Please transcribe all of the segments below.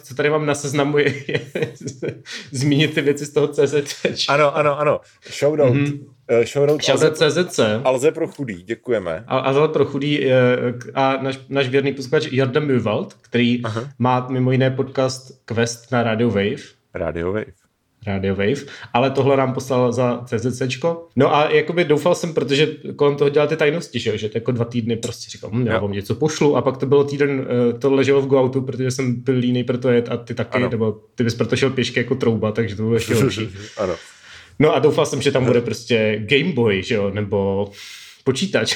co tady mám na seznamu, je zmínit ty věci z toho CZC. Ano. Shoutout. Shoutout CZC. Alze pro chudý, děkujeme. Alze pro chudý a náš věrný posluchač Jarda Müwald, který má mimo jiné podcast Quest na Radio Wave, ale tohle nám poslal za CZCčko. No a jakoby doufal jsem, protože kolem toho dělal ty tajnosti, že to jako 2 týdny prostě říkal, já vám něco pošlu a pak to bylo týden, to leželo v GoOutu, protože jsem byl línej pro to jet a ty taky, nebo ty bys proto šel pěšky jako trouba, takže to bylo ještě horší. Ano. No a doufal jsem, že tam bude prostě Game Boy, že jo, nebo počítač.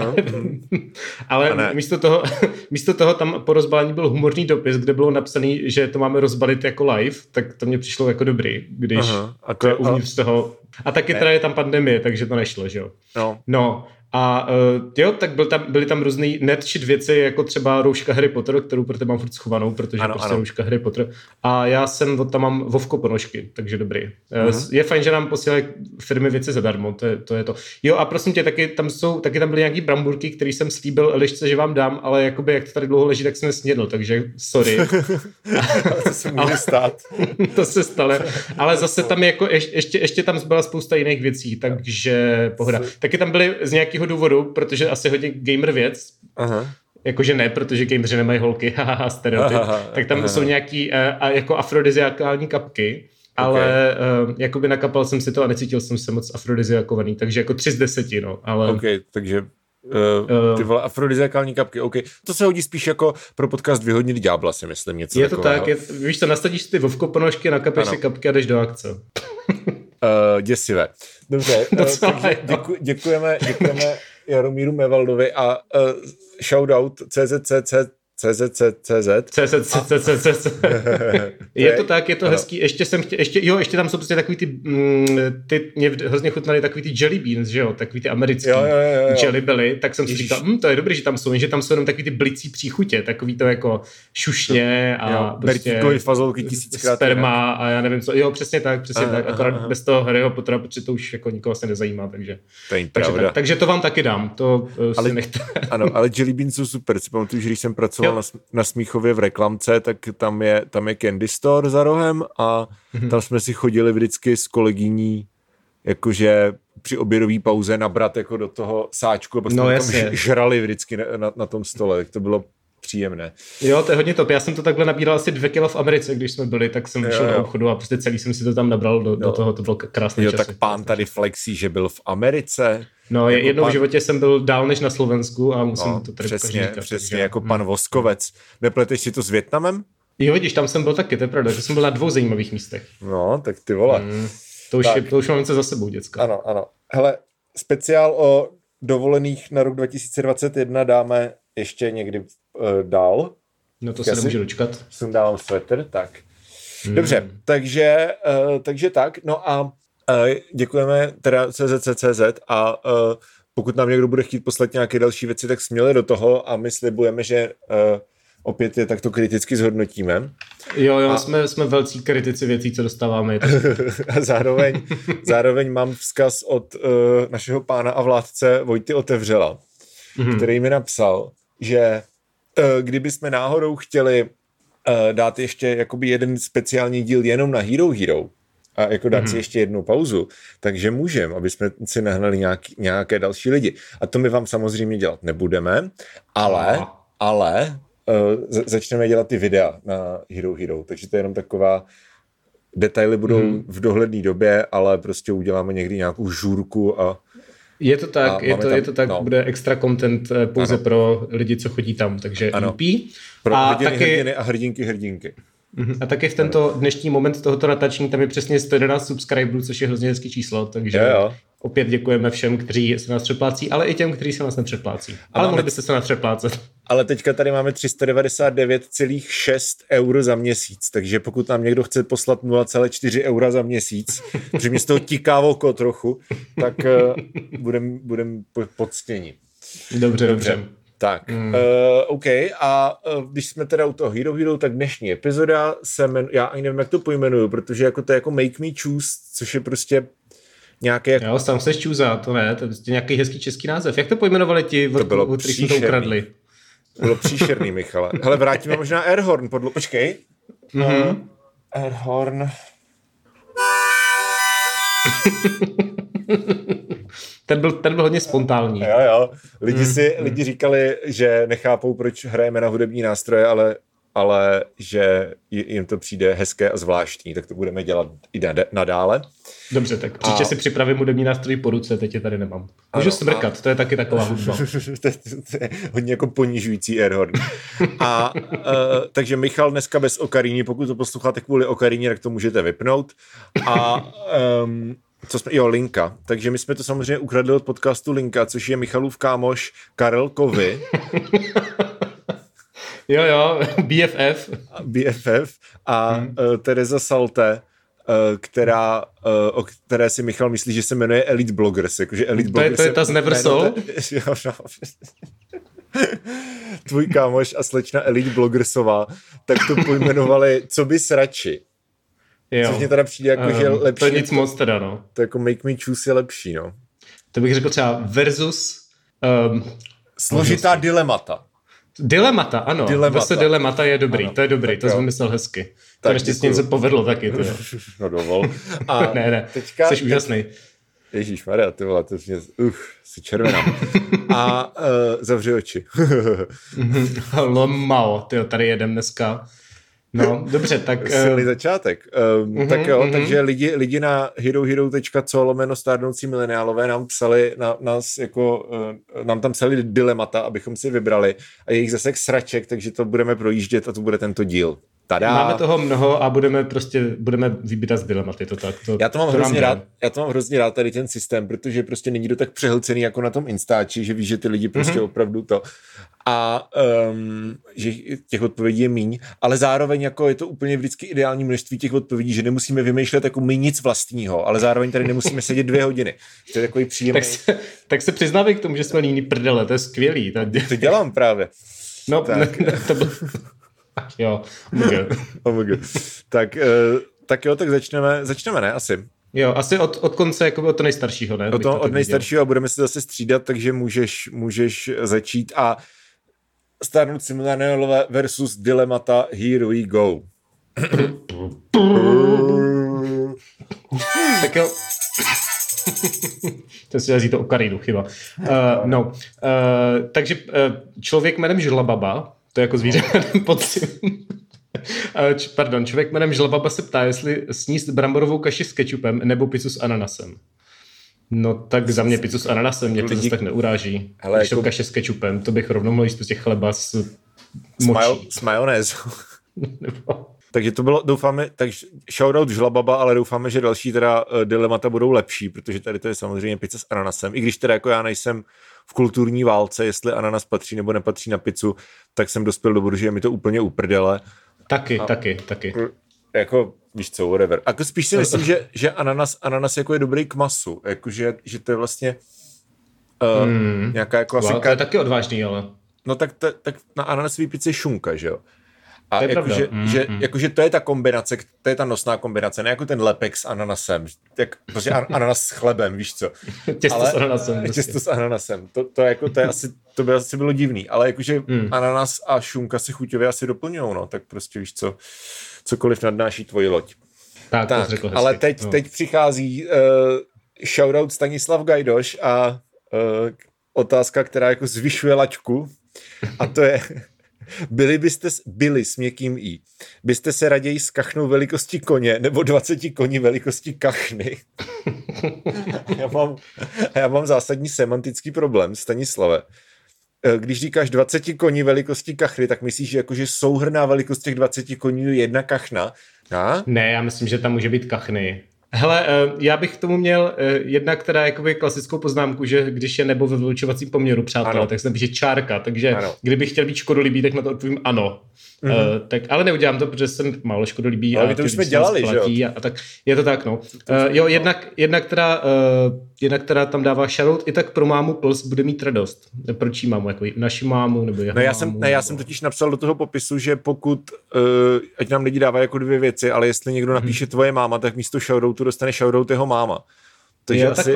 Ale místo toho tam po rozbalení byl humorný dopis, kde bylo napsaný, že to máme rozbalit jako live, tak to mě přišlo jako dobrý, když to je uvnitř toho. A taky teda je tam pandemie, takže to nešlo, že jo. No. A jo, tak byly tam různý netshit věci, jako třeba rouška Harry Potter, kterou pro tebe mám furt schovanou, protože rouška Harry Potter. A já jsem tam mám Vovko ponožky, takže dobrý. Je fajn, že nám posílají firmy věci zadarmo, to je to. Jo, a prosím tě, taky tam byly nějaký bramburky, který jsem slíbil Elišce, že vám dám, ale jakoby jak to tady dlouho leží, tak jsem nesnědl, takže sorry. To se může stát. To se stalo. Ale zase tam jako ještě tam byla spousta jiných věcí, takže pohoda. Taky tam byly z nějakého důvodu, protože asi hodně gamer věc. Jakože ne, protože gameři nemají holky, stereotyp. Tak tam jsou nějaký jako afrodiziakální kapky, ale jakoby nakapal jsem si to a necítil jsem se moc afrodiziakovaný, takže jako 3 z 10, no. Ale... OK, takže ty vole afrodiziakální kapky, OK. To se hodí spíš jako pro podcast Vyhodnit ďábla, si myslím, něco je to takového. tak, víš co, nasadíš ty Vovko ponožky, nakapeš si kapky a jdeš do akce. Děsivé. Dobře, takže děkujeme Jaromíru Mevaldovi a shoutout CZCZ. Je to tak, je to hezký. Ještě tam jsou prostě takový ty mě hrozně chutnaly takový ty jelly beans, že jo, takový ty americký jelly belly, tak jsem si říkal, to je dobrý, že tam jsou jenom takový ty blicí příchutě, takový to jako šušně a prostě fazolky 1000krát sperma a já nevím co. Jo, přesně tak, akorát bez toho Harryho Pottera, protože to už jako nikoho se nezajímá, takže. Takže to vám taky dám, to si nechte. Ano, ale jelly beans jsou super, si pamatuju, že když jsem pracoval na Smíchově v reklamce, tak tam je Candy Store za rohem a tam jsme si chodili vždycky s kolegyní jakože při obědové pauze nabrat jako do toho sáčku a prostě tam žrali vždycky na tom stole, tak to bylo příjemné. Jo, to je hodně top. Já jsem to takhle nabíral asi 2 kila v Americe, když jsme byli, tak jsem šel do obchodu a prostě celý jsem si to tam nabral do toho, to bylo krásný čas. Tak pán tady flexí, že byl v Americe. No, jako jednou v životě jsem byl dál než na Slovensku a musím to tady říkat. Přesně, jako pan Voskovec. Nepleteš si to s Vietnamem? Jo, vidíš, tam jsem byl taky, to je pravda, že jsem byl na 2 zajímavých místech. No, tak ty vole. To už mám něco za sebou, děcka. Ano. Hele, speciál o dovolených na rok 2021 dáme ještě někdy dál. No to se nemůže dočkat. Sundávám sweater, tak. Dobře, takže tak. No a děkujeme teda CZCZ a pokud nám někdo bude chtít poslat nějaké další věci, tak směle do toho a my slibujeme, že opět je takto kriticky zhodnotíme. Jo, jsme velcí kritici věcí, co dostáváme. A zároveň mám vzkaz od našeho pána a vládce Vojty Otevřela, který mi napsal, že kdyby jsme náhodou chtěli dát ještě jakoby jeden speciální díl jenom na Hero a jako dát si ještě jednu pauzu, takže můžeme, aby jsme si nahnali nějaké další lidi. A to my vám samozřejmě dělat nebudeme, ale začneme dělat ty videa na Hero, takže to je jenom taková, detaily budou v dohledné době, ale prostě uděláme někdy nějakou žůrku a je to tak, je to tak, bude extra content pouze pro lidi, co chodí tam, takže MP. Pro hrdiny a hrdinky. A taky v tento dnešní moment tohoto natáčení tam je přesně 111 subscriberů, což je hrozně hezký číslo, takže opět děkujeme všem, kteří se nás přeplácí, ale i těm, kteří se nás nepřeplácí. Ale mohli byste se nás přeplácet. Ale teďka tady máme 399,6 € za měsíc, takže pokud nám někdo chce poslat 0,4 € za měsíc, protože mě z toho tiká oko trochu, tak budem poctěni. Dobře. Tak, OK, a když jsme teda u toho Hero, tak dnešní epizoda se já ani nevím, jak to pojmenuju, protože jako to je jako Make Me Choose, což je prostě nějaké... Jo, sám seš choosa, to ne, to je prostě nějaký hezký český název. Jak to pojmenovali ti, od kterých jsme to ukradli? Bylo příšerný, Michale. Hele, vrátíme možná Airhorn, počkej. Airhorn. Ten byl hodně spontánní. Jo. Lidi říkali, že nechápou, proč hrajeme na hudební nástroje, ale že jim to přijde hezké a zvláštní, tak to budeme dělat i nadále. Dobře, tak příště si připravím hudební nástroj po ruce, teď je tady nemám. Můžu smrkat, to je taky taková hudba. to je hodně jako ponižující airhorn. Takže Michal dneska bez okaríny, pokud to posloucháte kvůli okaríně, tak to můžete vypnout. Linka. Takže my jsme to samozřejmě ukradli od podcastu Linka, což je Michalův kámoš Karel Kovy. Jo, BFF a Tereza Salte, o které si Michal myslí, že se jmenuje Elite Bloggers. Jakože Elite Bloggers to je ta z Neversol? Tvůj kámoš a slečna Elite Bloggersová, tak to pojmenovali Co bys radši. Jo. Což mě teda přijde jako, že lepší. To je nic moc teda, no. To jako Make Me Choose je lepší, no. To bych řekl třeba versus... složitá dilemata. Dilemata, ano. Dilemata je dobrý, ano, to je dobrý, to jsem myslel hezky. To ještě s ním se povedlo taky. No dovol. Ne, teďka, jsi úžasný. Ježíšmarja, ty vole, to mě, jsi červená. Zavři oči. Lomao, tyjo, tady jedem dneska. No, dobře, tak... Silný začátek. Tak jo, takže lidi na herohero.co/stárnoucí mileniálové nám psali, nám tam psali dilemata, abychom si vybrali a je jich zase sraček, takže to budeme projíždět a to bude tento díl. Tada. Máme toho mnoho a budeme vybírat z dilematy. Já to mám hrozně rád tady ten systém, protože prostě není to tak přehlcený jako na tom Instači, že víš, že ty lidi prostě opravdu to a že těch odpovědí je míň, ale zároveň jako je to úplně vždycky ideální množství těch odpovědí, že nemusíme vymýšlet jako my nic vlastního, ale zároveň tady nemusíme sedět 2 hodiny. To je takový příjemný. Tak se přiznávej k tomu, že jsme líní prdele, to je skvělý. To dělám právě. No, tak. To bylo... Jo, omg. Tak jo, tak začneme, ne? Asi. Jo, asi od konce, jako od to nejstaršího, ne? Od nejstaršího a budeme se zase střídat, takže můžeš začít a stárnoucí mileniálové versus dilemata, here we go. Tak jo. To si jazdí to okarínu, chyba. Takže člověk jménem Žlababa, to je jako zvíře jménem podzim. Člověk jménem Žlababa se ptá, jestli sníst bramborovou kaši s kečupem nebo pizzu s ananasem. No tak za mě pizzu s ananasem, mě to zase tak neuráží. Hele, když jako... kaše s kečupem, to bych rovnou mohl jíst prostě chleba s močí. S majonézou. Takže to bylo, doufáme, takže shoutout Žlababa, ale doufáme, že další teda dilemata budou lepší, protože tady to je samozřejmě pizza s ananasem. I když teda jako já nejsem v kulturní válce, jestli ananas patří nebo nepatří na pizzu, tak jsem dospěl do bodu, že je mi to úplně uprdele. Taky. Jako, víš co, whatever. A spíš si myslím, že ananas jako je dobrý k masu. Jako, že to je vlastně nějaká jako asi... To je taky odvážný, ale... No tak na ananasový pizze je šunka, že jo? A jakože to je ta kombinace, to je ta nosná kombinace, ne jako ten lepek s ananasem, prostě ananas s chlebem, víš co. Těsto s ananasem. Těsto s ananasem, to by asi bylo divný, ale jakože ananas a šunka se chuťově asi doplňujou, no, tak prostě víš co, cokoliv nadnáší tvoji loď. Tak to ale teď přichází shoutout Stanislav Gajdoš a otázka, která jako zvyšuje laťku, a to je... Byli s měkkým i. Byste se raději s kachnou velikosti koně nebo 20 koní velikosti kachny? Já mám zásadní semantický problém, Stanislave. Když říkáš 20 koní velikosti kachny, tak myslíš, že jakože souhrnná velikost těch 20 koní je jedna kachna? A? Ne, já myslím, že tam může být kachny. Hele, já bych k tomu měl jedna, která je jakoby klasickou poznámku, že když je nebo ve vylučovacím poměru, přátelé, tak se napíše čárka, takže kdybych chtěl být škodolibý, tak na to odpovím ano. Tak, ale neudělám to, protože jsem málo škodolibý. Ale my to už jsme dělali, že jo? A tak, je to tak, no. Jedna, která tam dává shoutout, i tak pro mámu Pls bude mít radost. Proč jí mámu, jako naši mámu, nebo jeho mámu? Já jsem totiž napsal do toho popisu, že pokud, ať nám lidi dávají jako 2 věci, ale jestli někdo napíše tvoje máma, tak místo shoutoutu dostane shoutout jeho máma. Takže asi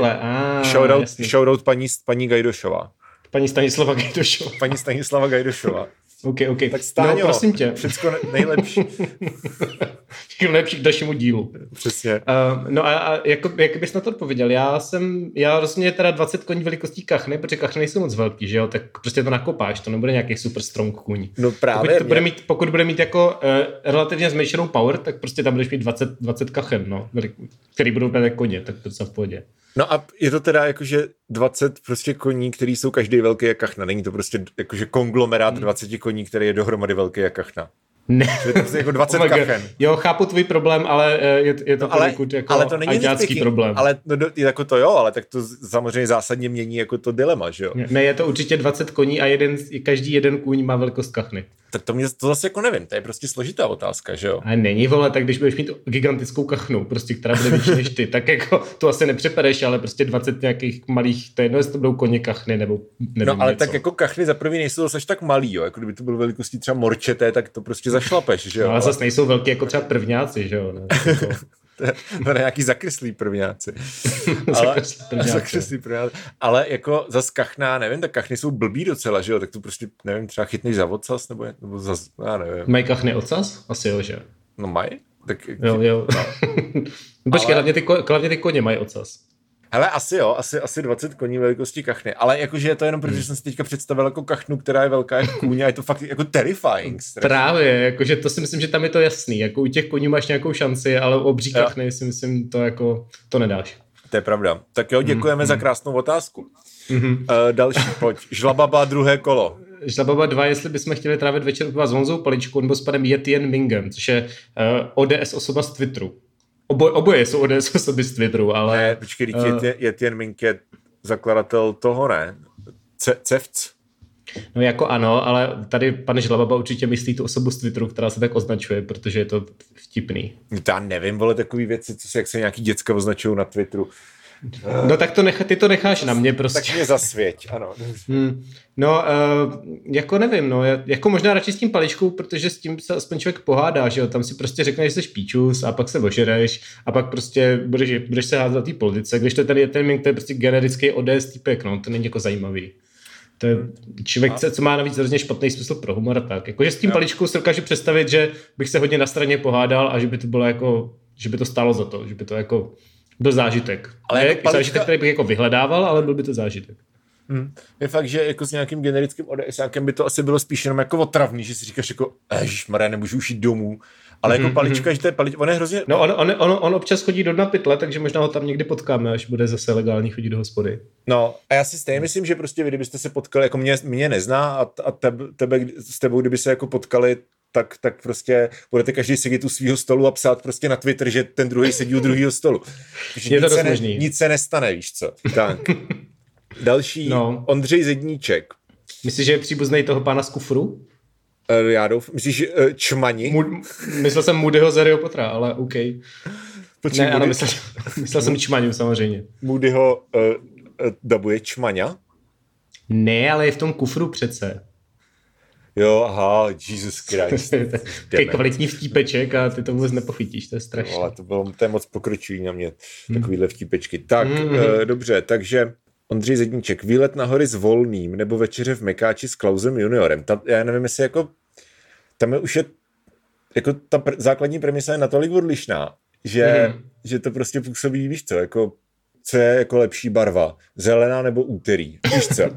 shoutout paní Gajdošová. Paní Stanislava Gajdošová. Paní Stanislava Gajdošová. OK. Tak Stáňo, no, prosím tě. Všecko nejlepší. Nejlepší k dalšímu dílu. Přesně. No a jak bys na to odpověděl? Já rozhodně teda 20 koní velikostí kachny, protože kachny nejsou moc velký, že jo? Tak prostě to nakopáš, to nebude nějaký super strong kůň. No právě. Pokud bude mít jako relativně zmenšenou power, tak prostě tam budeš mít 20 kachen, no, který budou být koně, tak to v pohodě. No a je to teda jakože 20 prostě koní, který jsou každý velký jak kachna. Není to prostě jakože konglomerát 20 koní, který je dohromady velký jak kachna. Ne. Je to prostě jako 20 kachen. Jo, chápu tvůj problém, ale je to poněkud jako ajťácký problém. Ale jako to jo, ale tak to samozřejmě zásadně mění jako to dilema, že jo? Ne, je to určitě 20 koní a každý jeden kůň má velikost kachny. Tak to zase jako nevím, to je prostě složitá otázka, že jo? A není, vole, tak když budeš mít gigantickou kachnu, prostě, která bude větší než ty, tak jako to asi nepřepereš, ale prostě 20 nějakých malých, to jedno, jestli to budou koně kachny, nebo nevím. No ale něco. Tak jako kachny za první nejsou zase až tak malý, jo? Jako kdyby to bylo velikostí třeba morčeté, tak to prostě zašlapeš, že jo? No, ale zase nejsou velký jako třeba prvňáci, že jo? Ne? To je nějaký zakreslý prvňáci. Zakreslý prvňáci. Ale jako zas kachna, nevím, tak kachny jsou blbý docela, že jo? Tak to prostě, nevím, třeba chytneš za ocas, nebo zas, já nevím. Mají kachny ocas? Asi jo, že? No mají? Tak, jo. No. Počkej, hlavně ty koně mají ocas. Hele, asi jo, asi 20 koní velikosti kachny, ale jakože je to jenom protože jsem si teďka představil jako kachnu, která je velká jako kůň a je to fakt jako terrifying. Strašně. Právě, jakože to si myslím, že tam je to jasný, jako u těch koní máš nějakou šanci, ale u obří kachny si myslím, to nedáš. To je pravda. Tak jo, děkujeme za krásnou otázku. Další, pojď. Žlababa, druhé kolo. Žlababa 2, jestli bychom chtěli trávit večer s Honzou Paličkou nebo s panem Yetien Mingem, což je ODS osoba z Twitteru. Oboje jsou ODS osoby z Twitteru, ale... Ne, počkej, Yetien Ming je zakladatel toho, ne? Cevc? No jako ano, ale tady pan Žlababa určitě myslí tu osobu z Twitteru, která se tak označuje, protože je to vtipný. Já nevím, vole, takový věci, jak se nějaký děcka označují na Twitteru. No tak ty to necháš na mě prostě. Tak mě zasvěť, ano. No, jako nevím, no, jako možná radši s tím Paličkou, protože s tím se aspoň člověk pohádá, že jo, tam si prostě řekneš, že jsi píčus a pak se ožereš a pak prostě budeš se házet na té politice, když to tady je ten Ming, to je prostě generický ODS týpek, no, to není jako zajímavý. To je člověk, co má navíc hrozně špatný smysl pro humor a tak. Jakože s tím Paličkou si dokážu představit, že bych se hodně na straně pohádal a že by to bylo jako, že by to stálo za to, že by to jako byl zážitek. Ale ne, jako zážitek, který bych jako vyhledával, ale byl by to zážitek. Je fakt, že jako s nějakým generickým ODSákem by to asi bylo spíš jenom jako otravný, že si říkáš jako ježišmarja, nemůžu už jít domů. Ale jako Palička, že to je on je hrozně... No on občas chodí do Napytle, takže možná ho tam někdy potkáme, až bude zase legální chodit do hospody. No a já si stejně myslím, že prostě vy, kdybyste se potkali, jako mě nezná a tebe s tebou, kdyby se jako potkali, tak prostě budete každý sedět u svýho stolu a psát prostě na Twitter, že ten druhý sedí u druhého stolu. Je to dost možný. Nic se nestane, víš co. Tak. Další, Ondřej Zedníček. Myslíš, že je příbuznej toho pána z kufru? Já doufám. Myslíš Čmani? Myslel jsem Moodyho z Harryho Pottera, ale OK. Ne, ano, myslel jsem Čmaňu samozřejmě. Moodyho dabuje Čmaňa? Ne, ale je v tom kufru přece. Jo, aha, Jesus Christ. Takový kvalitní vtípeček a ty to vůbec nepochytíš, to je strašné. Ale to je moc pokročilý na mě, takovýhle vtípečky. Tak, dobře, takže Ondřej Zedníček, výlet na hory s Volným nebo večeře v Mekáči s Klausem juniorem. Já nevím, jestli jako, tam je už jako ta základní premisa je natolik odlišná, že to prostě působí, víš co, jako, co je jako lepší barva, zelená nebo úterý, víš co?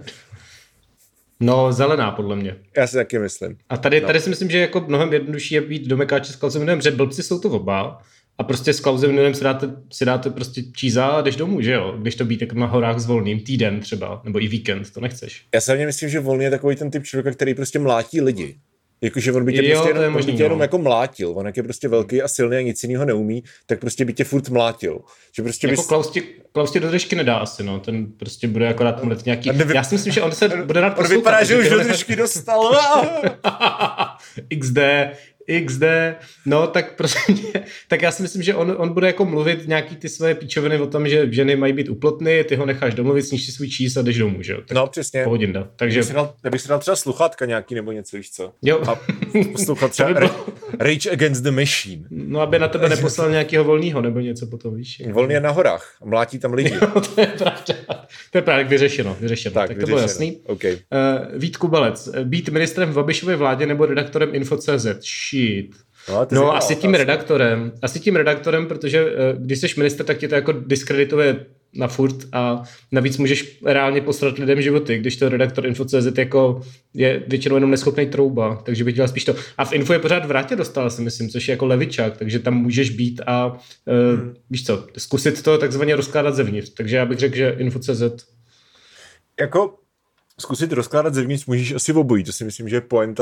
No, zelená, podle mě. Já si taky myslím. A tady si myslím, že jako mnohem jednodušší je být do Mekáče s Klausem juniorem, že blbci jsou to oba. A prostě s Klausem juniorem si dáte prostě číza a jdeš domů, že jo? Když to být jako na horách s Volným, týden třeba, nebo i víkend, to nechceš. Já si myslím, že Volný je takový ten typ člověka, který prostě mlátí lidi. Jakože on by tě prostě jenom jako mlátil. On jak je prostě velký a silný a nic jiného neumí, tak prostě by tě furt mlátil. Že prostě jako Klaus ti do držky nedá asi, no. Ten prostě bude akorát mlet nějaký... Já si myslím, že on se bude rád poslouchat. On vypadá, že už do držky dostal. XD. XD, no tak prostě, tak já si myslím, že on bude jako mluvit nějaký ty své píčoviny o tom, že ženy mají být uplotny, ty ho necháš domluvit, sníš si svůj čís a jdeš domů, že jo? No přesně. Pohodinda. Takže... Já bych si dal třeba sluchátka nějaký nebo něco, víš co? Jo. A poslouchat třeba Rage Against the Machine. No aby na tebe neposlal nějakého volného nebo něco potom, víš? Volný je na horách, mlátí tam lidi. Jo, to je pravda. To je právě vyřešeno. Tak to bylo jasný. Okay. Vít Kubalec, být ministrem v Babišově vládě nebo redaktorem Info.cz? Shit. No asi tím redaktorem, protože když jsi minister, tak tě to jako diskredituje na furt a navíc můžeš reálně posrat lidem životy, když to redaktor Info.cz jako je většinou jenom neschopný trouba, takže bych dělal spíš to. A v Info je pořád Vrátě dostal, si myslím, což je jako levičák, takže tam můžeš být a víš co, zkusit to takzvaně rozkládat zevnitř. Takže já bych řekl, že Info.cz. Jako zkusit rozkládat zevnitř můžeš asi obojí, to si myslím, že je pointa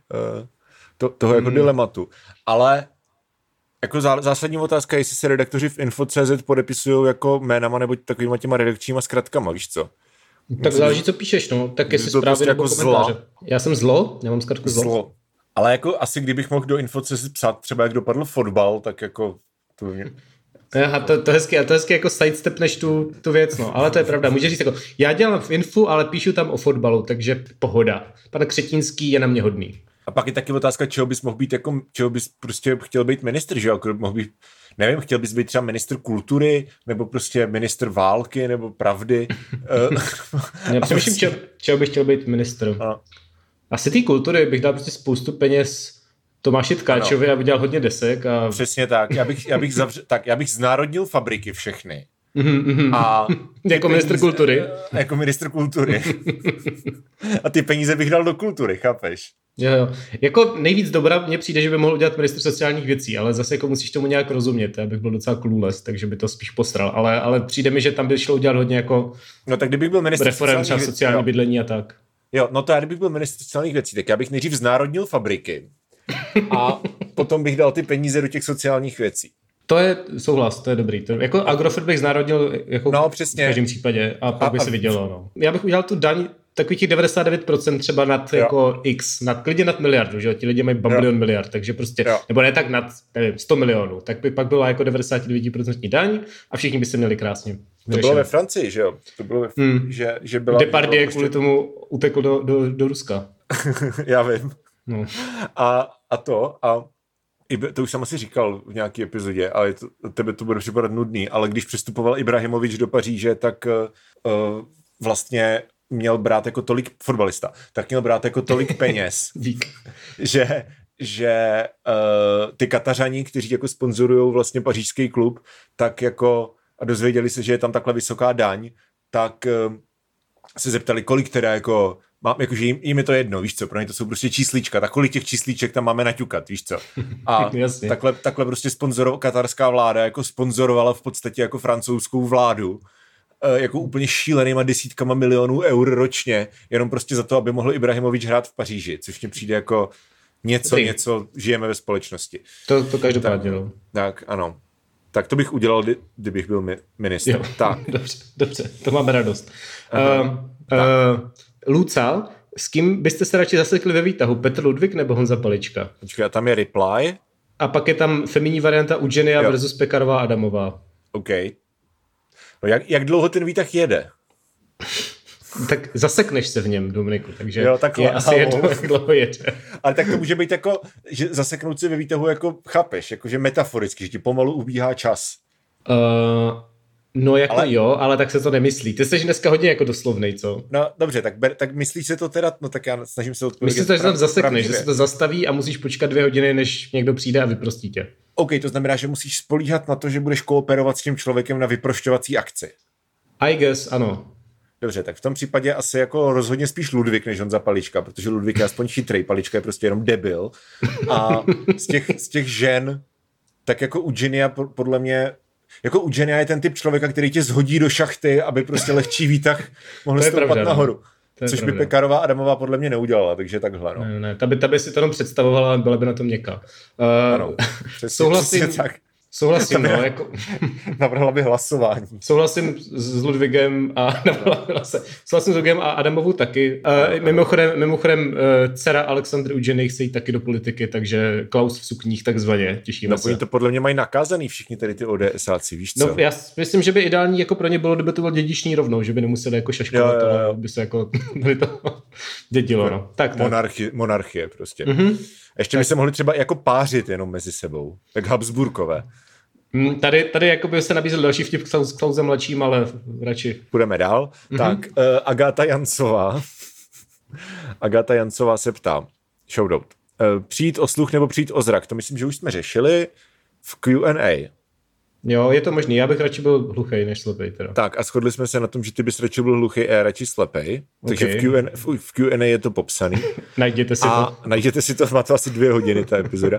toho jako dilematu. Ale jako zásadní otázka je, jestli se redaktoři v Info.cz podepisují jako jménama nebo takovýma těma redakčníma zkratkama, víš co? Tak záleží, co píšeš, no. Tak jestli zprávy prostě nebo jako komentáře. Já jsem zlo, já mám zkratku zlo. Ale jako asi kdybych mohl do Info.cz psát třeba jak dopadl fotbal, tak jako to by mě... Aha, to hezky jako sidestepneš tu věc, no. Ale to je pravda, můžeš říct jako, já dělám v Infu, ale píšu tam o fotbalu, takže pohoda. Pan Křetínský je na mě hodný. A pak je taky otázka, čeho bys mohl být jako, čeho bys prostě chtěl být ministr, že jo? Mohl být, nevím, chtěl bys být třeba ministr kultury, nebo prostě ministr války, nebo pravdy. Já přemýšlím, čeho bych chtěl být ministr. Asi té kultury bych dal prostě spoustu peněz Tomáši Tkáčovi, aby dělal hodně desek. A... Přesně tak. Já bych znárodnil fabriky všechny. A jako ministr kultury. Jako ministr kultury. A ty peníze bych dal do kultury, chápeš? Jo. Jako nejvíc dobra mně přijde, že by mohl udělat ministr sociálních věcí, ale zase jako musíš tomu nějak rozumět. Já bych byl docela clueless, takže by to spíš postral. Ale přijde mi, že tam by šlo udělat hodně jako no tak kdybych byl ministr sociální bydlení a tak. Jo, no to já kdybych byl ministr sociálních věcí, tak já bych nejdřív znárodnil fabriky a potom bych dal ty peníze do těch sociálních věcí. To je souhlas, to je dobrý. Jako Agrofert bych znárodnil jako no, přesně. V každém případě a pak by se vidělo. No. Já bych udělal tu daň takových těch 99% třeba nad jako X, klidně nad miliardu, že ti lidi mají bambilion miliard, takže prostě, nebo ne tak nad, nevím, 100 milionů, tak by pak byla jako 99% daň a všichni by se měli krásně. To bylo ve Francii, že jo? To bylo že byla... Depardieu kvůli tomu utekl do Ruska. Já vím. No. A to už jsem asi říkal v nějaké epizodě, ale tebe to bude připadat nudný, ale když přistupoval Ibrahimovič do Paříže, tak vlastně měl brát jako tolik fotbalista, tak měl brát jako tolik peněz, že ty Katařani, kteří jako sponzorujou vlastně pařížský klub, tak jako a dozvěděli se, že je tam takhle vysoká daň, tak se zeptali, kolik teda jako jakože jim je to jedno, víš co, pro ně to jsou prostě číslička, tak kolik těch čísliček tam máme naťukat, víš co. A takhle prostě katarská vláda jako sponzorovala v podstatě jako francouzskou vládu jako úplně šílenýma desítkama milionů eur ročně, jenom prostě za to, aby mohl Ibrahimovič hrát v Paříži, což mě přijde jako něco žijeme ve společnosti. To každopádně. Tak, ano. Tak to bych udělal, kdybych byl ministr. Jo, tak. Dobře, to máme radost. Luca, s kým byste se radši zasekli ve výtahu? Petr Ludvík nebo Honza Palička? Počkej, a tam je reply. A pak je tam feminní varianta Eugenia versus Pekarová Adamová. OK. No jak dlouho ten výtah jede? Tak zasekneš se v něm, Dominiku, takže jo, takhle, je asi jedno, jak dlouho jede. Ale tak to může být jako, že zaseknout se ve výtahu jako chápeš, jakože metaforicky, že ti pomalu ubíhá čas. No jako jo, ale tak se to nemyslí. Ty jsi dneska hodně jako doslovnej, co? No dobře, tak myslíš se to teda, no tak já snažím se odpovědět. Myslíš, že tam zasekneš, že se to zastaví a musíš počkat 2 hodiny, než někdo přijde a vyprostí tě. OK, to znamená, že musíš spolíhat na to, že budeš kooperovat s tím člověkem na vyprošťovací akci. I guess, ano. Dobře, tak v tom případě asi jako rozhodně spíš Ludvík než Honza Palička, protože Ludvík je aspoň chytrej, Palička je prostě jenom debil. A z těch žen, tak jako Eugenia podle mě, jako Eugenia je ten typ člověka, který tě zhodí do šachty, aby prostě lehčí výtah mohl stoupat nahoru. Což by Pekarová Adamová podle mě neudělala, takže takhle. No. Ne, ta by si to jenom představovala, byla by na tom měkká. Ano, souhlasím. Tak. Souhlasím, no, jako... Navrhla by hlasování. Souhlasím s Ludvigem a souhlasím s Ludvigem a Adamovou taky. Mimochodem, dcera Alexandry Udženej chce jít taky do politiky, takže Klaus v sukních takzvaně, těšíme se. Oni to podle mě mají nakazaný všichni tady ty ODSáci, víš co? No, já myslím, že by ideální jako pro ně bylo, kdyby to bylo dědičný rovnou, že by nemuseli jako šaškovat, ale by se jako to dědilo, no. Tak. Monarchie prostě. Ještě by se mohli třeba jako pářit jenom mezi sebou, tak Habsburkové. Tady jako by se nabízel další vtip s Klausem mladším, ale radši. Půjdeme dál. Tak, Agáta Jancová se ptá, shoutout, přijít o sluch nebo přijít o zrak, to myslím, že už jsme řešili v Q&A. Jo, je to možný, já bych radši byl hluchej než slepej teda. Tak a shodli jsme se na tom, že ty bys radši byl hluchej a já radši slepej, takže v Q&A je to popsaný. Najděte si to, má to asi 2 hodiny ta epizoda.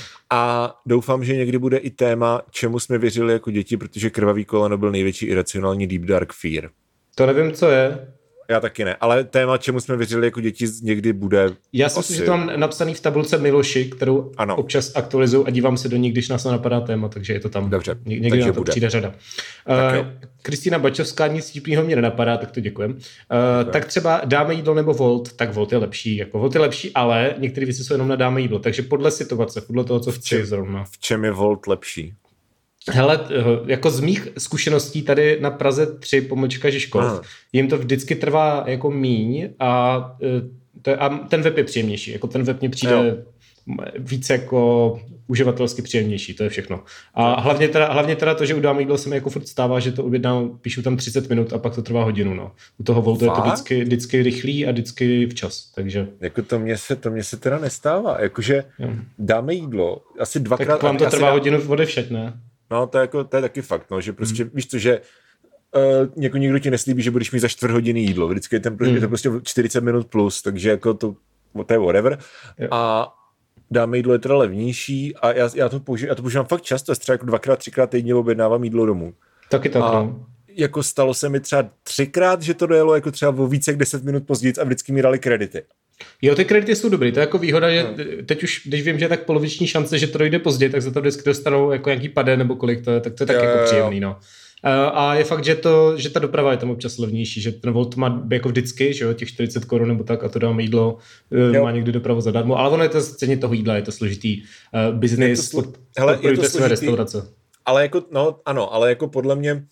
A doufám, že někdy bude i téma, čemu jsme věřili jako děti, protože krvavý koleno byl největší iracionální deep dark fear. To nevím, co je. Já taky ne, ale téma, čemu jsme věřili jako děti, někdy bude. Já si myslím, že to mám napsaný v tabulce Miloši, kterou občas aktualizuju a dívám se do ní, když nás napadá téma, takže je to tam. Dobře, někdy na to bude. Přijde řada. Kristýna Bačovská, nic vtipného mě nenapadá, tak to děkujem. Tak třeba dáme jídlo nebo Volt, tak Volt je lepší. Jako Volt je lepší, ale některé věci jsou jenom na dáme jídlo, takže podle situace, podle toho, co chci zrovna. V čem je Volt lepší? Hele, jako z mých zkušeností tady na Praze 3 pomlčka Žižkov, jim to vždycky trvá jako míň a ten web je příjemnější. Jako ten web mě přijde víc jako uživatelsky příjemnější, to je všechno. A hlavně teda to, že udám jídlo, se mi jako furt stává, že to objednám, píšu tam 30 minut a pak to trvá hodinu, no. U toho Voltu je to vždycky rychlý a vždycky včas, takže... Jako to mě se teda nestává, jakože dáme jídlo, asi 2krát... Tak vám to trvá hodinu odevšet, ne? No, to je taky fakt, no, že prostě, víš co, že někdo ti neslíbí, že budeš mít za 4 hodiny jídlo, vždycky je to prostě 40 minut plus, takže jako to je whatever. Jo. A dáme jídlo je teda levnější a já to používám fakt často, třeba jako 2x, 3x týdně objednávám jídlo domů. Taky tak, no. Jako stalo se mi třeba 3krát, že to dojelo jako třeba o více jak 10 minut později a vždycky mi dali kredity. Jo, ty kredity jsou dobrý, to je jako výhoda, že teď už, když vím, že je tak poloviční šance, že to dojde později, tak za to vždycky dostanou jako nějaký pade nebo kolik to je, tak to je tak jako příjemný, no. A je fakt, že ta doprava je tam občas levnější, že ten Volt má jako vždycky, že jo, těch 40 Kč nebo tak a to dáme jídlo, má někdy dopravu zadarmo, ale ono je to ceně toho jídla, je to složitý business, podporujte své restaurace. Ale jako, no ano, ale jako podle mě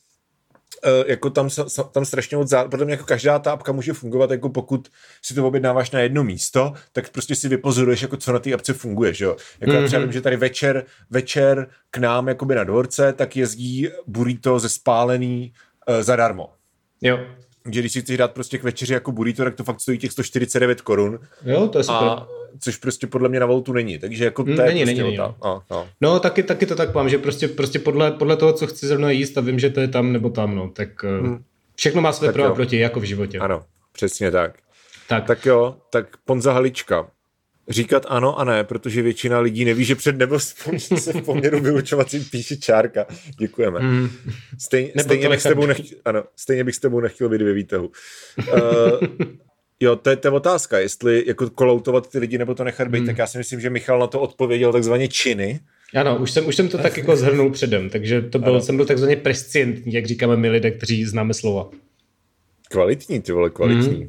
jako tam strašně moc podle mě jako každá ta apka může fungovat, jako pokud si to objednáváš na jedno místo, tak prostě si vypozoruješ, jako co na té apce funguje, že jo. Jako já třeba vím, že tady večer k nám jakoby na dvorce, tak jezdí burrito ze Spálený zadarmo. Jo. Že když si chceš dát prostě k večeři jako burrito, tak to fakt stojí těch 149 Kč. Jo, to je super. Což prostě podle mě na Voltu není, takže jako to je není. No, taky to tak mám, že prostě podle toho, co chci zrovna jíst a vím, že to je tam nebo tam, no, tak všechno má své pro a proti, jako v životě. Ano, přesně tak. Tak jo, tak Ponza Halička. Říkat ano a ne, protože většina lidí neví, že před nebo se v poměru vyučovacím píše čárka. Děkujeme. Stejně bych s tebou nechtěl být ve výtahu. Jo, to je ta otázka, jestli jako koloutovat ty lidi nebo to nechat být, tak já si myslím, že Michal na to odpověděl takzvaně činy. Ano, už jsem to tak jako zhrnul předem, takže jsem byl takzvaně prescientní, jak říkáme my lidé, kteří známe slova. Kvalitní, ty vole, kvalitní.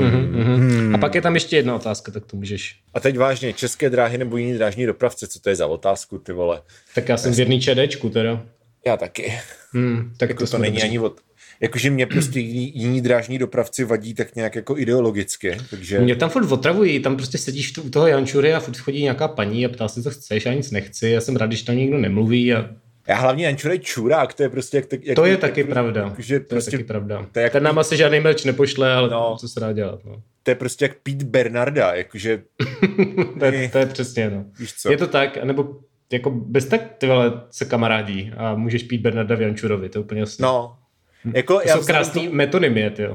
A pak je tam ještě jedna otázka, tak to můžeš. A teď vážně, České dráhy nebo jiný drážní dopravce, co to je za otázku, ty vole? Tak já jsem věrný ČDčku teda. Já taky. Tak jako to není ani jakože mě prostě jiní drážní dopravci vadí tak nějak jako ideologicky, takže... Mě tam furt otravují, tam prostě sedíš u toho Jančury a furt chodí nějaká paní a ptá se, co chceš, já nic nechci, já jsem rád, když tam někdo nemluví a... Já hlavně Jančura je čurák, to je prostě... To je taky pravda, to je taky pravda. Ten nám asi žádný merch nepošle, ale co se dá dělat, no. To je prostě jak Pete Bernarda, jakože... to je přesně, no. Víš co? Je to tak, nebo jako bez tak ty vole se kamarádí a můžeš Pete Bernarda v Jančurovi, to je úplně jasný. No. Jako, to jsou krásný metonymie, tyjo.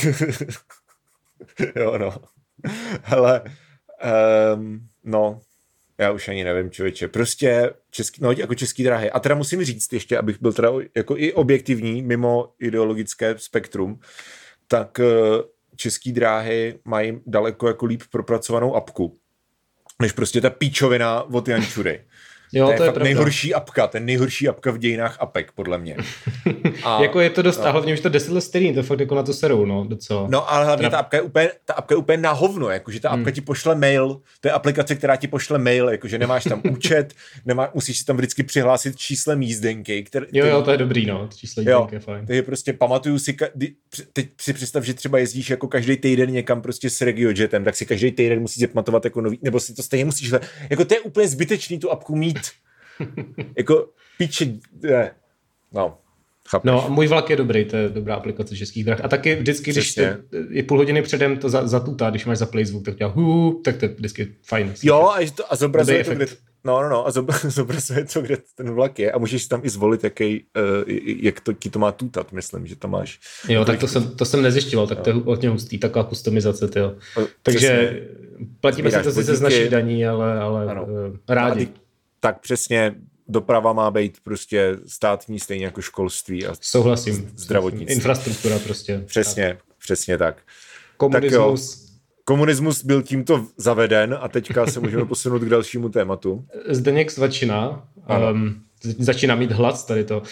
Jo, no. Hele, no, já už ani nevím, člověče. Prostě jako Český dráhy. A teda musím říct ještě, abych byl teda jako i objektivní, mimo ideologické spektrum, tak Český dráhy mají daleko jako líp propracovanou apku, než prostě ta píčovina od Jančury. Jo, to je fakt nejhorší apka, ten nejhorší apka v dějinách apek, podle mě. A, jako je to dost, a hlavně už to 10 let stejný, to fakt jako na to serou, no, docela. No, ale hlavně ta apka je úplně na hovno, jakože ta apka ti pošle mail, to je aplikace, která ti pošle mail, jakože nemáš tam účet, musíš si tam vždycky přihlásit číslem jízdenky. Jo, to je dobrý, no, číslo jízdenky je fajn. Takže prostě pamatuju si, teď si představ, že třeba jezdíš jako každý týden někam prostě s RegioJetem, tak si každý týden musíš pamatovat jako nový, nebo si to stejně musíš, jako to je úplně zbytečný tu apku mít. Jako píče, no. Chápeš. No, můj vlak je dobrý, to je dobrá aplikace Českých drah. A taky vždycky, když je půl hodiny předem to zatutá, když máš zaplay zvuk, tak dělá tak to je vždycky fajn. Jo, a zobrazuje to, kde, a zobrazuje to, kde ten vlak je a můžeš tam i zvolit, jak to má tutat, myslím, že to máš. Jo, tak to jsem nezjišťoval, tak to je hodně hustý, taková kustomizace, tyjo. Takže platíme si to sice z naší daní, ale rádi. Tak přesně, doprava má být prostě státní, stejně jako školství a souhlasím. Zdravotnictví. Infrastruktura prostě. Přesně tak. Komunismus. Tak komunismus byl tímto zaveden a teďka se můžeme posunout k dalšímu tématu. Zdeněk Svačina, začíná mít hlad tady to,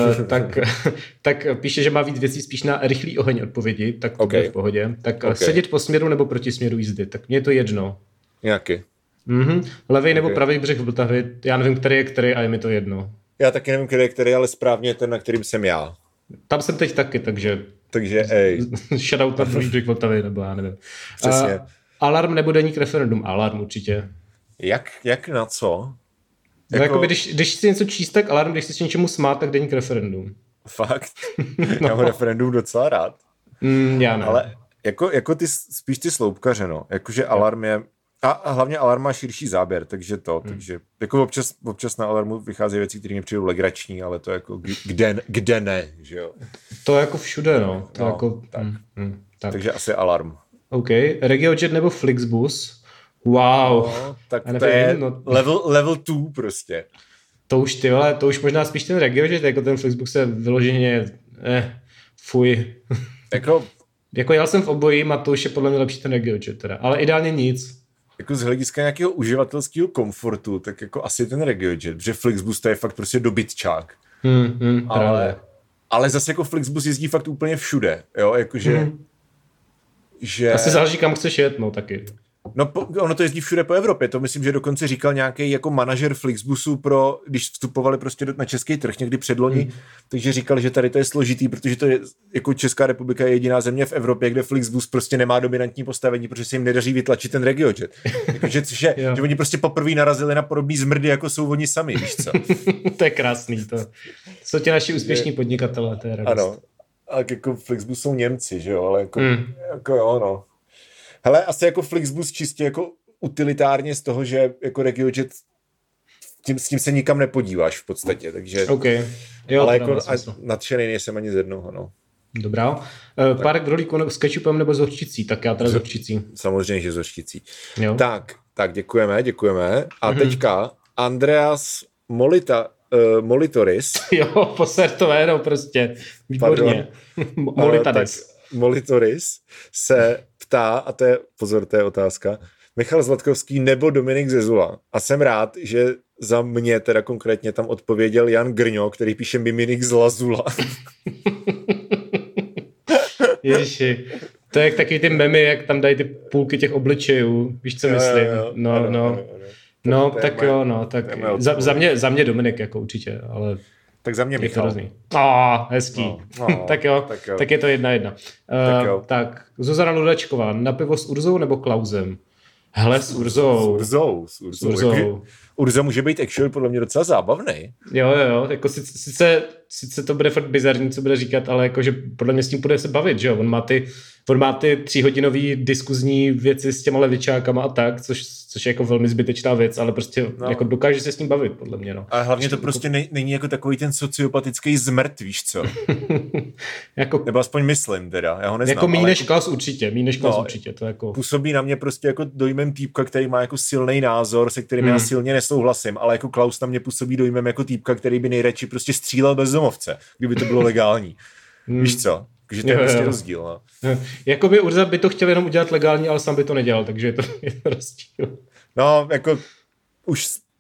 tak píše, že má víc věcí spíš na rychlý oheň odpovědi, tak to bude v pohodě. Tak sedět po směru nebo proti směru jízdy, tak mně je to jedno. Nějaký. Levej nebo pravý břeh v Vltavy, já nevím, který je který a je mi to jedno. Já taky nevím, který je který, ale správně je ten, na kterým jsem já. Tam jsem teď taky, takže ej. Shoutout na druhý břeh Vltavy, nebo já nevím. Přesně. Alarm nebo deník referendum? Alarm určitě. Jak na co? Jako když si něco číst, tak alarm, když si s něčemu smát, tak deník referendum. Fakt? No. Já mám referendum docela rád. Já ne. Ale jako ty, spíš ty sloupkaře, no. Jakože alarm je... A hlavně alarm má širší záběr, takže takže jako občas na alarmu vycházejí věci, které mi přijdou legrační, ale to jako kde ne, že jo. To jako všude, no. To no jako, tak. Takže asi alarm. OK. RegioJet nebo Flixbus? Wow. No, tak to je level 2 prostě. To už možná spíš ten RegioJet, jako ten Flixbus je vyloženě fuj. Jako jel jsem v obojím a to už je podle mě lepší ten RegioJet teda, ale ideálně nic. Jako z hlediska nějakého uživatelského komfortu, tak jako asi ten RegioJet, protože Flixbus to je fakt prostě dobytčák. Ale zase jako Flixbus jezdí fakt úplně všude, jo, jakože... Že... Asi záleží, kam chceš jet, no taky. No, ono to jezdí všude po Evropě, to myslím, že dokonce říkal nějaký jako manažer Flixbusu když vstupovali prostě na český trh někdy předloni, takže říkal, že tady to je složitý, protože to je, jako Česká republika je jediná země v Evropě, kde Flixbus prostě nemá dominantní postavení, protože se jim nedaří vytlačit ten RegioJet. Jakože, že oni prostě poprvé narazili na podobný zmrdy, jako jsou oni sami, víš co? To je krásný, to jsou ti naši úspěšní podnikatelé, to je radost. Ano, ale jako Flixbus jsou Němci, že jo, ale jako jo, no. Hele, asi jako Flixbus čistě jako utilitárně z toho, že jako RegioJet s tím se nikam nepodíváš v podstatě, takže... Okay. Jo, ale jako nadšený nejsem ani z jednoho, no. Dobrá. Párek v rolíku s kečupem nebo s hořčicí? Tak já teda s hořčicí. Samozřejmě, že s hořčicí. Jo. Tak děkujeme. A teďka Andreas Molitoris. Jo, posertové, no prostě. Výborně. Molitoris se ptá, a to je, pozor, to je otázka, Michal Zlatkovský nebo Dominik Zezula. A jsem rád, že za mě teda konkrétně tam odpověděl Jan Grňo, který píše Miminik z Lazula. Ježiši, to je jak taky ty memy, jak tam dají ty půlky těch obličejů, víš, co myslím? No, tak jo, no, tak za mě Dominik, jako určitě, ale... Tak za mě Michal. Hezký. Tak jo, tak je to 1-1. Tak Zuzana Ludečková, na pivo s Urzou nebo Klausem? Hele, s Urzou. S Urzou. Urza může být actually podle mě docela zábavný. Jo, jako sice to bude fakt bizarní, co bude říkat, ale jakože podle mě s tím bude se bavit, že jo? On má ty 3hodinový diskuzní věci s těma levičákama a tak, což je jako velmi zbytečná věc, ale prostě jako dokáže se s ním bavit, podle mě, no. A hlavně to prostě není jako takový ten sociopatický zmrt, víš co? Nebo aspoň myslím teda, já ho neznám. Jako míň než Klaus určitě, určitě. To jako... Působí na mě prostě jako dojmem týpka, který má jako silný názor, se kterým já silně nesouhlasím, ale jako Klaus na mě působí dojmem jako týpka, který by nejradši prostě střílel bezdomovce, kdyby to bylo legální. Víš co? Takže to je prostě rozdíl. No. Jakoby Urza by to chtěl jenom udělat legální, ale sám by to nedělal, takže je to rozdíl. No, jako už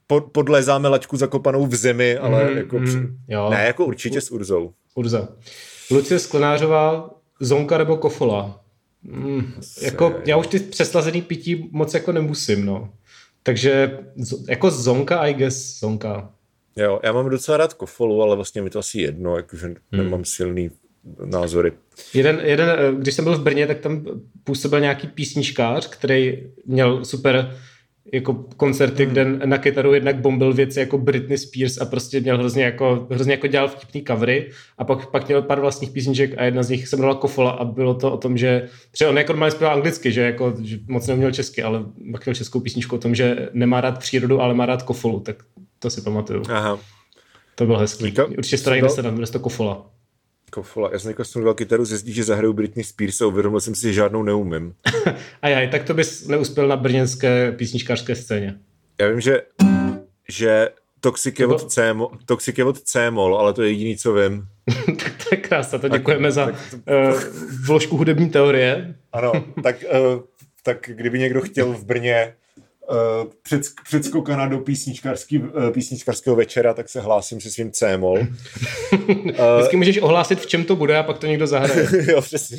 podlézáme laťku zakopanou v zemi, ale jako ne, jako určitě s Urzou. Urza. Lucie Sklenářová, Zonka nebo Kofola? Jako, já už ty přeslazený pití moc jako nemusím, no. Takže jako Zonka, I guess Zonka. Jo, já mám docela rád Kofolu, ale vlastně mi to asi jedno, jakože nemám silný názory. Když jsem byl v Brně, tak tam působil nějaký písničkář, který měl super jako koncerty, kde na kytaru jednak bombil věci jako Britney Spears a prostě měl hrozně jako dělal vtipný covery a pak měl pár vlastních písniček a jedna z nich se jmenovala Kofola a bylo to o tom, že on jako normálně zpíval anglicky, že moc neuměl česky, ale pak měl českou písničku o tom, že nemá rád přírodu, ale má rád Kofolu, tak to si pamatuju. Aha. To bylo hezký. Určitě starý nesedan, bude to Kofola. Kofola. Já jsem jsem dal kytaru ze zdí, že zahraju Britney Spears a uvědomil jsem si, že žádnou neumím. Ajaj, tak to bys neuspěl na brněnské písničkářské scéně. Já vím, že Toxic je od C-moll, ale to je jediný, co vím. Tak to je krása, to děkujeme za vložku hudební teorie. Ano, tak kdyby někdo chtěl v Brně předskokana do písničkářského večera, tak se hlásím se svým C-moll. Vždycky můžeš ohlásit, v čem to bude a pak to někdo zahraje. Jo, přesně.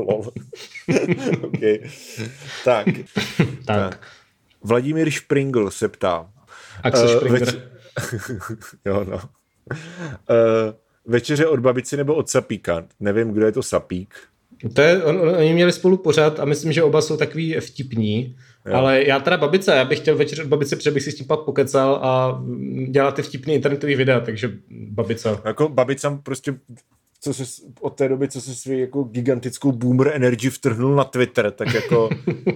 Okay. Tak. Vladimír Špringl se ptá. Axel Springer. Jo, no. Večeře od babici nebo od Sapíka? Nevím, kdo je to Sapík. Oni měli spolu pořád a myslím, že oba jsou takový vtipní. Jo. Ale já teda babice, já bych chtěl večer od babice, protože bych si s tím pak pokecal a dělal ty vtipný internetový videa, takže babice. Jako babica prostě od té doby, co se svý jako gigantickou boomer energy vtrhnul na Twitter, tak jako...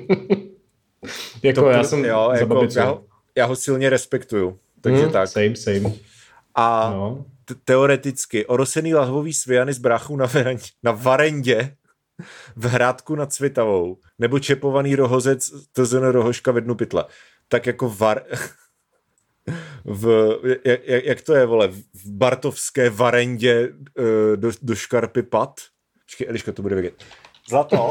jako já jsem za jako babicu. Já ho silně respektuju, takže tak. Same. A teoreticky orosený lahvový svijany s bráchou na Varendě v Hrádku nad Svitavou, nebo čepovaný rohozec TZN Rohoška ve Dnu pytle. Tak jako jak to je, vole, v Bartovské Varendě do škarpy pad? Počkej, Eliška, to bude vědět. Zlato?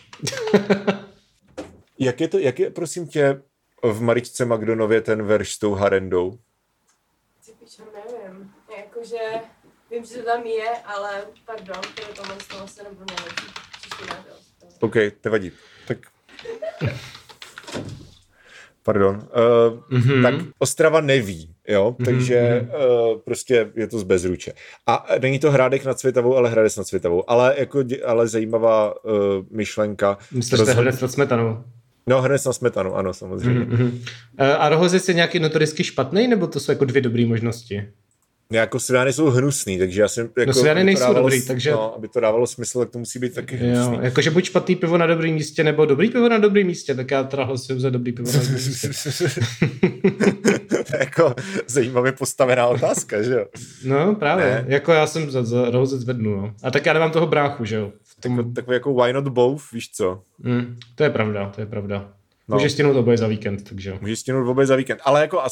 Jak je, prosím tě, v Maričce Magdonově ten verš s tou harendou? Ty pičo, nevím. Jakože, vím, že to tam je, ale pardon, tohle z toho se nebudu nejlepší. OK, nevadí. Tak... Pardon. Tak Ostrava neví, jo? Takže prostě je to z Bezruče. A není to Hrádek nad Svitavou, ale Hradec nad Svitavou. Ale zajímavá myšlenka. Myslíš, že to je Hradec nad Smetanou? No, Hradec nad Smetanu, ano, samozřejmě. A Rohozec je nějaký notoricky špatný, nebo to jsou jako dvě dobré možnosti? Jako Svijány jsou hnusný, takže já jsem... Jako, Svijány nejsou dobrý, takže... No, aby to dávalo smysl, tak to musí být taky hnusný. Jo, jakože buď špatný pivo na dobrém místě, nebo dobrý pivo na dobrém místě, tak já teda hlasuju za dobrý pivo na dobrém místě. To je jako zajímavě postavená otázka, že jo? No, právě. Ne. Jako já jsem za Rohozec ve Dnu, no. A tak já nemám toho bráchu, že jo? Takový jako why not both, víš co? To je pravda. No. Můžeš stihnout oboje za víkend, takže... Můžeš stihnout oboje za víkend, ale jako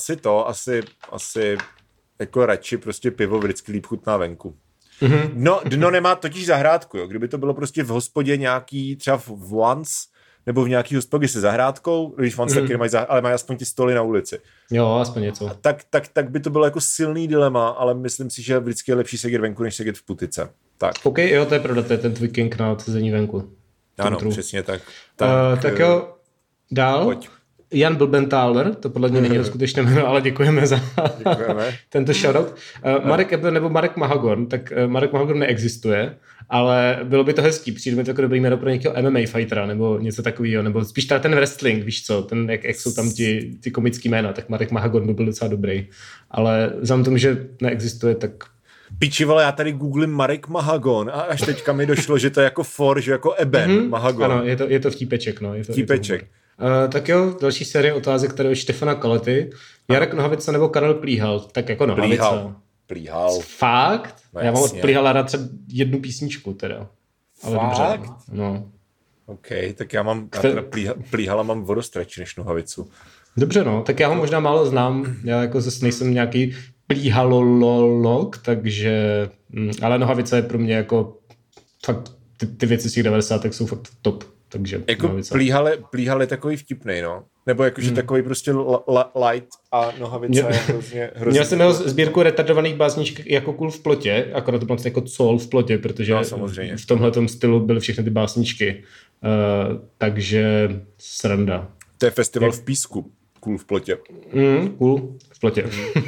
asi jako radši prostě pivo vždycky líp chutná venku. No, dno nemá totiž zahrádku, jo. Kdyby to bylo prostě v hospodě nějaký, třeba v Once, nebo v nějaký hospodě se zahrádkou, když Once taky nemají ale mají aspoň ty stoly na ulici. Jo, aspoň něco. Tak by to bylo jako silný dilema, ale myslím si, že vždycky je lepší sedět venku, než sedět v putice. Tak. OK, jo, to je pravda, to je ten tvůj king na sezení venku. Ano, přesně tak. Tak jo, dál. Pojď. Jan Blbenthaler, to podle mě není to skutečné jméno, ale děkujeme za tento shoutout. Marek Ebbe nebo Marek Mahagorn, tak Marek Mahagorn neexistuje, ale bylo by to hezký, přijde mi to jako dobrý jméno pro nějakého MMA fightera nebo něco takového, nebo spíš tady ten wrestling, víš co, ten, jak jsou tam ty komický jména, tak Marek Mahagorn by byl docela dobrý, ale vzhledem tomu, že neexistuje, tak... Piči, vole, já tady googlím Marek Mahagorn a až teďka mi došlo, že to je jako že jako Eben Mahagorn. Ano, je to vtípeček, no. Vtípeček. Tak jo, další série otázek, které je Štefana Kalety. Jarek Nohavica nebo Karel Plíhal? Tak jako Nohavica. Plíhal. Fakt? No, já mám od Plíhala rád třeba jednu písničku teda. Ale fakt? Dobře. No. OK, tak já teda Plíhala mám vodostračí než Nohavicu. Dobře, no, tak já ho možná málo znám. Já jako zase nejsem nějaký plíhalolog, takže... Ale Nohavica je pro mě jako fakt ty věci z těch 90. jsou fakt top. Takže jako plíhal je takový vtipnej, no. Nebo jakože takový prostě light a Nohavice je hrozně... Měl jsem jeho sbírku retardovaných básniček jako Kůl v plotě, akorát to bylo jako Col v plotě, protože v tomhletom stylu byly všechny ty básničky. Takže sranda. To je festival v Písku. Kůl v plotě. Kůl v plotě.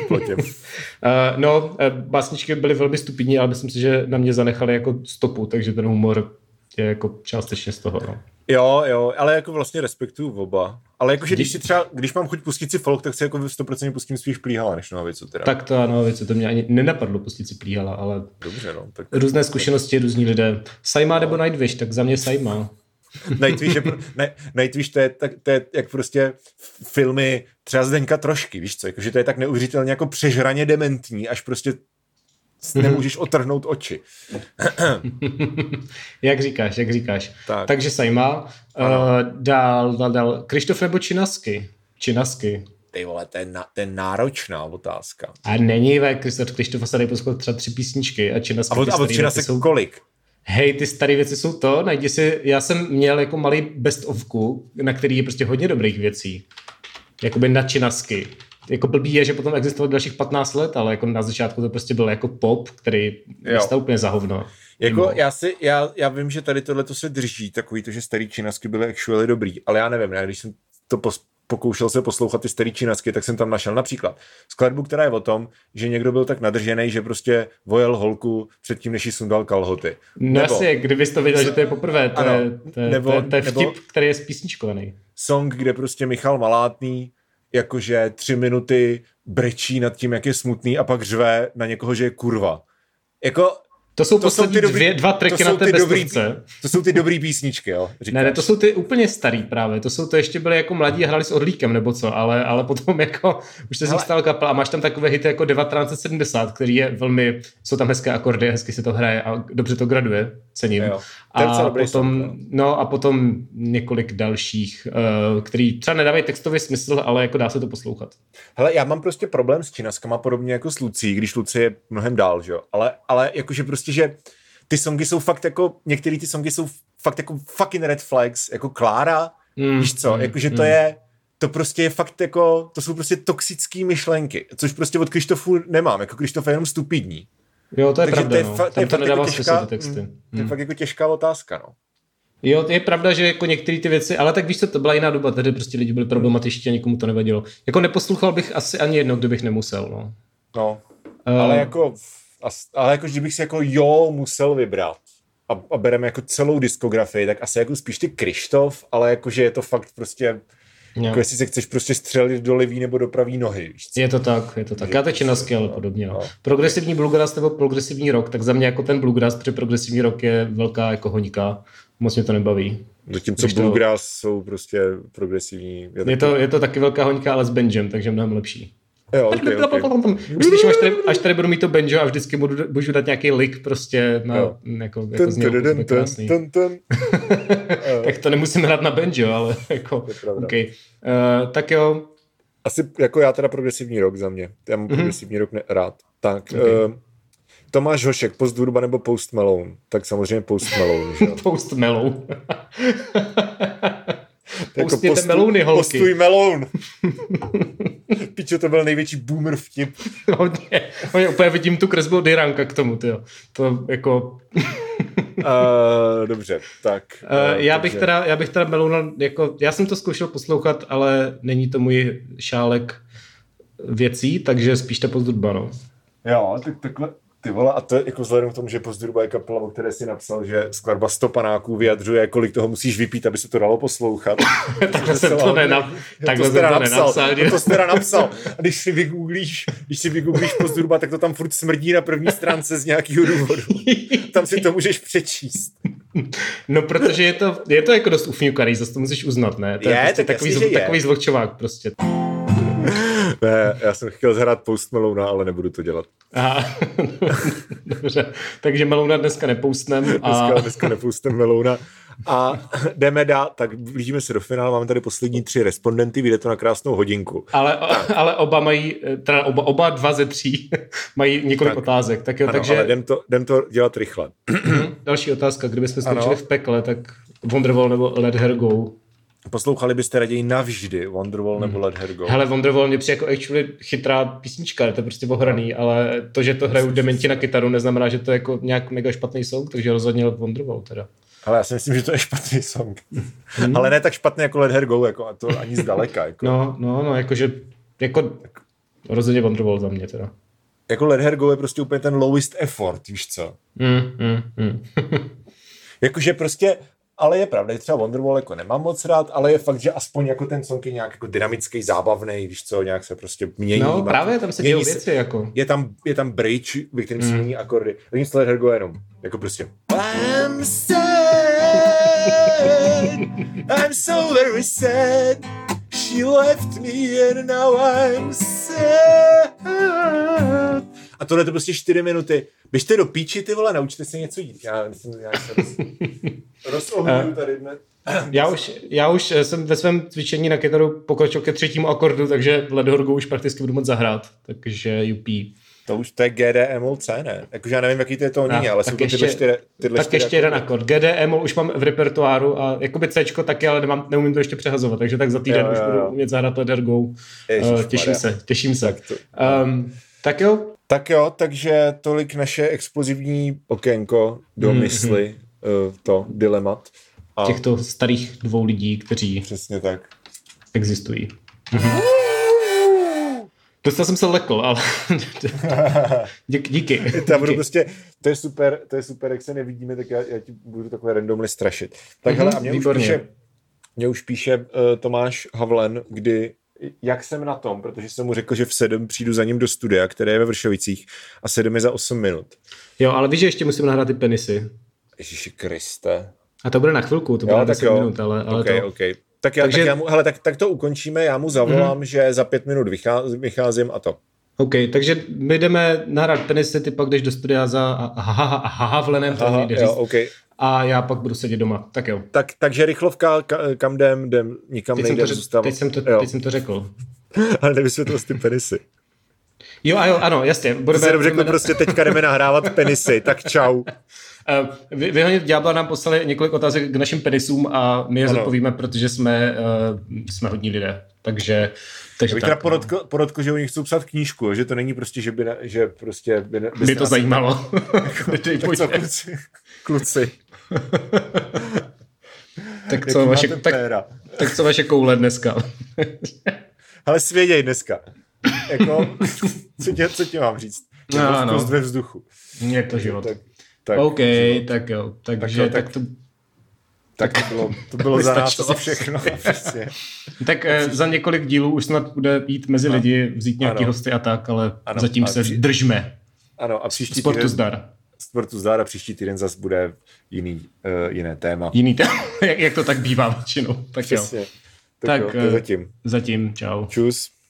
Básničky byly velmi stupidní, ale myslím si, že na mě zanechali jako stopu, takže ten humor je jako částečně z toho. No. Jo, ale jako vlastně respektuju oba. Ale jakože když mám chuť pustit si folk, tak si jako 100% pustím spíš Plíhala, než Nohavicu teda. Tak to Nohavicu, to mě ani nenapadlo pustit si Plíhala, ale dobře, no. Tak... Různé zkušenosti, různí lidé. Sajma nebo Nightwish, tak za mě Sajma. Nightwish to je jak prostě filmy třeba Zdeňka Trošky, víš co, jakože to je tak neuvěřitelně jako přežraně dementní, až prostě nemůžeš otrhnout oči. Jak říkáš. Tak. Takže Sajma. Dál. Krištof nebo Činasky? Ty vole, to je náročná otázka. A není, Krištofa se dají poslouchat třeba 3 písničky a Činasky. A od Činasek jsou... kolik? Hej, ty staré věci jsou to, najdi si, já jsem měl jako malý best-ofku, na který je prostě hodně dobrých věcí. Jakoby na Činasky. Jako blbý je, že potom existovalo dalších 15 let, ale jako na začátku to prostě byl jako pop, který dostal úplně za hovno. Jako já vím, že tady tohleto se drží, takový to, že starý Činasky byly actually dobrý, ale já nevím, když jsem to pokoušel se poslouchat ty starý Činasky, tak jsem tam našel například skladbu, která je o tom, že někdo byl tak nadržený, že prostě vojel holku předtím, než jí sundal kalhoty. No asi, kdybys to viděl, že to je poprvé, to je vtip, který je spísničkovaný. Song, kde prostě Michal Malátný jakože 3 minuty brečí nad tím, jak je smutný a pak řve na někoho, že je kurva. Jako... To jsou poslední dva tracky na té bestovce. To jsou ty dobrý písničky, jo? Ne, to jsou ty úplně starý právě. To ještě byly jako mladí a hráli s Orlíkem nebo co, ale potom jako už se z nich stal kapela a máš tam takové hity jako 1970, který je velmi, jsou tam hezké akordy, hezky se to hraje a dobře to graduje, cením. Jo. A potom několik dalších, který třeba nedávají textový smysl, ale jako dá se to poslouchat. Hele, já mám prostě problém s Činaskama podobně jako s Lucí, když Lucie je mnohem dál, že jo? Ale jakože prostě, že ty songy jsou fakt jako, některé ty songy jsou fakt jako fucking red flags, jako Klára, víš co, jakože to prostě je fakt jako, to jsou prostě toxický myšlenky, což prostě od Krištofu nemám, jako Krištof je jenom stupidní. Jo, to je pravda, tam to nedává smysl ty texty. To je fakt jako těžká otázka, no. Jo, je pravda, že jako některé ty věci, ale tak víš co, to byla jiná doba, tady prostě lidi byli problematičtí a nikomu to nevadilo. Jako neposlouchal bych asi ani jedno, kdybych nemusel, no. No, ale jako, kdybych si jako musel vybrat a bereme jako celou diskografii, tak asi jako spíš ty Krištof, ale jakože je to fakt prostě, jako jestli se chceš prostě střelit do levý nebo do pravý nohy. Víš co? Je to tak. Já to Činasky, ale podobně. No. Progresivní bluegrass nebo progresivní rock, tak za mě jako ten bluegrass, protože progresivní rock je velká jako hoňka, moc mě to nebaví. Zatímco bluegrass jsou prostě progresivní. Je to taky velká hoňka, ale s banjem, takže mnohem lepší. Jo, okay. Už slyším, až tady budu mít to banjo a vždycky můžu dát nějaký lick prostě na jako znělku, krásný. Tak to nemusím hrát na banjo, ale jako okay. Tak jo. Asi jako já teda progresivní rock za mě. Já mám progresivní rock rád. Tak Tomáš Hošek, Post Hudba nebo Post Malone? Tak samozřejmě Post Malone. Post Malone. Poustněte melouny, holky. Postuj meloun. Pičo, to byl největší boomer vtip. Hodně úplně vidím tu kresbu od Jiránka k tomu, tyjo. To jako... Dobře, tak. Já bych teda melouna, jako, já jsem to zkoušel poslouchat, ale není to můj šálek věcí, takže spíš ta Post Hudba, no. Jo, tak takhle. Ty vole, a to jako vzhledem k tomu, že Post Hudba je kapela, o které si napsal, že skladba 100 panáků vyjadřuje, kolik toho musíš vypít, aby se to dalo poslouchat. Takhle jsem to nenapsal. To jsi teda napsal. A když si vygooglíš Post Hudba, tak to tam furt smrdí na první stránce z nějakého důvodu. Tam si to můžeš přečíst. No, protože je to jako dost ufňukaný, zase to musíš uznat, ne? To je prostě takový zvlhčovák prostě. Ne, já jsem chtěl zahrát Post Malona, ale nebudu to dělat. Aha, dobře. Takže Malona dneska nepoustnem. Dneska nepoustnem Malona. A jdeme tak blížíme se do finále, máme tady poslední 3 respondenty, vyjde to na krásnou hodinku. Ale oba mají, teda oba 2 ze 3 mají několik otázek. Tak jo, ano, takže... ale jdem to dělat rychle. Další otázka, kdybychom skončili v pekle, tak Wonderwall nebo Let Her Go. Poslouchali byste raději navždy Wonderwall nebo Let Her Go? Hele, Wonderwall mě přijde jako actually chytrá písnička, je to prostě ohraný, ale to, že to hrajou dementi na kytaru, neznamená, že to je jako nějak mega špatný song, takže rozhodně Wonderwall teda. Ale já si myslím, že to je špatný song. Ale ne tak špatný jako Let Her Go, jako, a to ani zdaleka. Jako. No, jakože, jako rozhodně Wonderwall za mě teda. Jako Let Her Go je prostě úplně ten lowest effort, víš co? Jakože prostě, ale je pravda, že třeba Wonderwall jako nemám moc rád, ale je fakt, že aspoň jako ten song je nějak jako dynamický, zábavný, víš co, nějak se prostě mění. No právě tam se dějou věci jako. Je tam bridge, ve kterém se mění akordy. Zatím Let Her Go jenom, jako prostě I'm so very sad. She left me and now I'm sad. A tohle to prostě 4 minuty. Běžte do píči, ty vole, naučte se něco jít. Já se rozohňuju tady dnes. Já už jsem ve svém cvičení na kytaru pokročil ke 3. akordu, takže Let Her Go už prakticky budu moc zahrát. Takže jupí. To je GDMLC, ne? Jakože já nevím, jaký to je tóní, ale jsou to tyhle 4 Tak ještě jeden akord. GDML už mám v repertoáru a jakoby Cčko taky, ale neumím to ještě přehazovat, takže tak za týden už budu umět zahrát Let Her Go. Těším se. Tak jo, takže tolik naše explozivní okénko do mysli, to dilemat. A těchto starých 2 lidí, kteří přesně tak existují. Dostal jsem se lekl, ale díky. Prostě, to je super, jak se nevidíme, tak já ti budu takhle randomly strašit. Tak hele, a mě už píše Tomáš Havlen, jak jsem na tom, protože jsem mu řekl, že v 7 přijdu za ním do studia, které je ve Vršovicích a 7 je za 8 minut. Jo, ale víš, že ještě musím nahrát ty penisy. Ježiši Kriste. A to bude na chvilku, to bude na 10 minut, ale okay. Tak to ukončíme, já mu zavolám, že za 5 minut vycházím a to. OK, takže my jdeme nahrát penisy, ty pak jdeš do studia za Havlenem, okay. A já pak budu sedět doma, tak jo. Takže rychlovka, kam jdem, nikam nejdem, zůstávat. Teď jsem to řekl. Ale nevysvětlil jsi ty penisy. Jo, ano, jasně. Řekl prostě teďka jdeme nahrávat penisy, tak čau. Vyhonit ďábla nám poslali několik otázek k našim penisům a my je zodpovíme, protože jsme hodní lidé. Takže já bych teda podotkl, že u nich chcou psát knížku, že to není prostě, že prostě by to zajímalo. Tak co, kluci. Tak co vaše koule dneska? Ale svěděj dneska. Jako, co ti mám říct? Kost ve vzduchu. Je to život. Tak, OK, život. tak jo. Takže to bylo za nás asi všechno. Tak za několik dílů už snad bude jít mezi lidi, vzít nějaký hosty a tak, ale zatím se držme. Ano, a příští Sportu zdar. Sportu zdar a příští týden zase bude jiné téma. Jiný téma, jak to tak bývá většinou. Tak jo. Tak jo, to zatím. Zatím, čau. Čus.